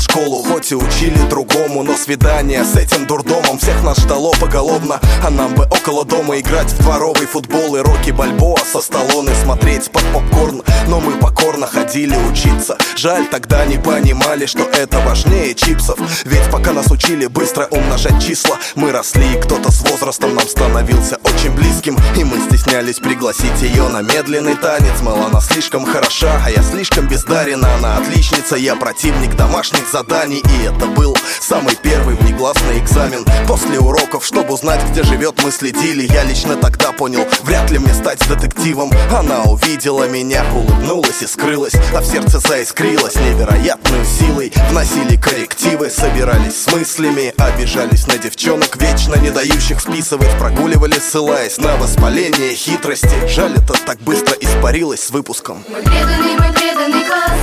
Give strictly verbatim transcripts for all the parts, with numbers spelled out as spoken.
школу, хоть и учили другому, но свидание с этим дурдомом всех нас ждало поголовно. А нам бы около дома играть в дворовый футбол и Рокки Бальбоа со Сталлоне смотреть под попкорн. Но мы покорно ходили учиться. Жаль, тогда не понимали, что это важнее чипсов. Ведь пока нас учили быстро умножать числа, мы росли, и кто-то с возрастом нам становился очень близким. И мы стеснялись пригласить ее на медленный танец. Мол, она слишком хороша, а я слишком бездарен. Она отличница, я противник домашних заданий. И это был самый первый внеклассный экзамен. После уроков, чтобы узнать, где живет, мы следили. Я лично тогда понял, вряд ли мне стать детективом. Она увидела меня, улыбнулась и скрылась, а в сердце заискрилась невероятной силой. Вносили коррективы, собирались с мыслями, обижались на девчонок, вечно не дающих списывать. Прогуливали, ссылаясь на воспаление хитрости. Жаль, это так быстро испарилось с выпуском. Мой преданный, мой преданный класс,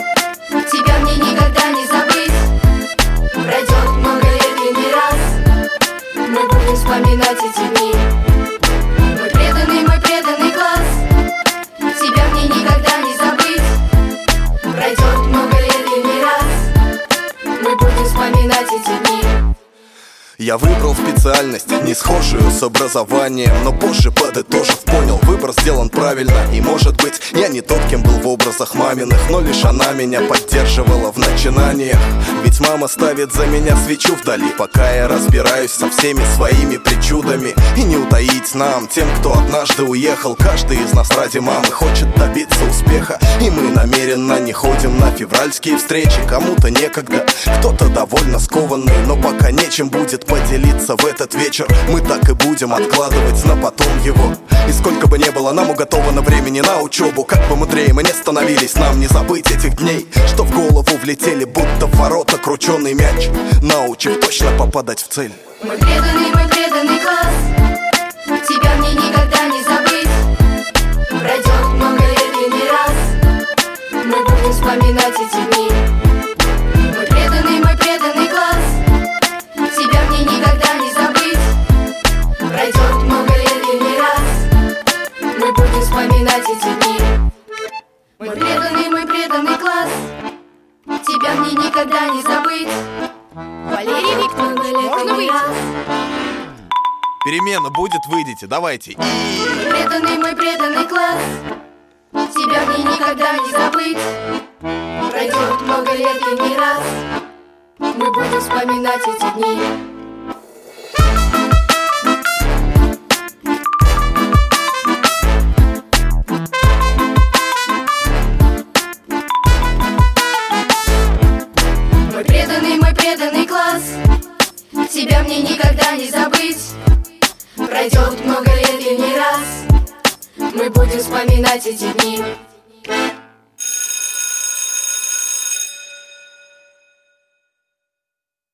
тебя мне никогда не забыть. Пройдет много лет и не раз мы будем вспоминать эти дни. Мой преданный, мой преданный класс, тебя мне никогда не забыть. Пройдет много лет и не раз мы будем вспоминать эти дни. Я выбрал специальность, не схожую с образованием, но позже, подытожив, понял, выбор сделан правильно. И может быть, я не тот, кем был в образах маминых, но лишь она меня поддерживала в начинаниях. Ведь мама ставит за меня свечу вдали, пока я разбираюсь со всеми своими причудами. И не утаить нам, тем, кто однажды уехал, каждый из нас ради мамы хочет добиться успеха. И мы намеренно не ходим на февральские встречи. Кому-то некогда, кто-то довольно скованный, но пока нечем будет поделиться в этот вечер, мы так и будем откладывать на потом его. И сколько бы ни было нам уготовано времени на учебу, как бы мудрее мы не становились, нам не забыть этих дней, что в голову влетели, будто в ворота крученый мяч, научив точно попадать в цель. Мой преданный, мой преданный класс, тебя мне никогда не забыть. Пройдет много лет и не раз мы будем вспоминать эти дни. Мой преданный, мой преданный класс, тебя мне никогда не забыть. Пройдет много лет и не раз мы будем вспоминать эти дни. Мой преданный, мой преданный класс, тебя мне никогда не забыть. Валерий Викторович, можно выйти? Перемена будет, выйдите, давайте. Мой преданный, мой преданный класс, тебя мне никогда не забыть. Пройдет много лет и не раз мы будем вспоминать эти дни. Мой преданный, мой преданный класс, тебя мне никогда не забыть. Пройдет много лет и не раз мы будем вспоминать эти дни.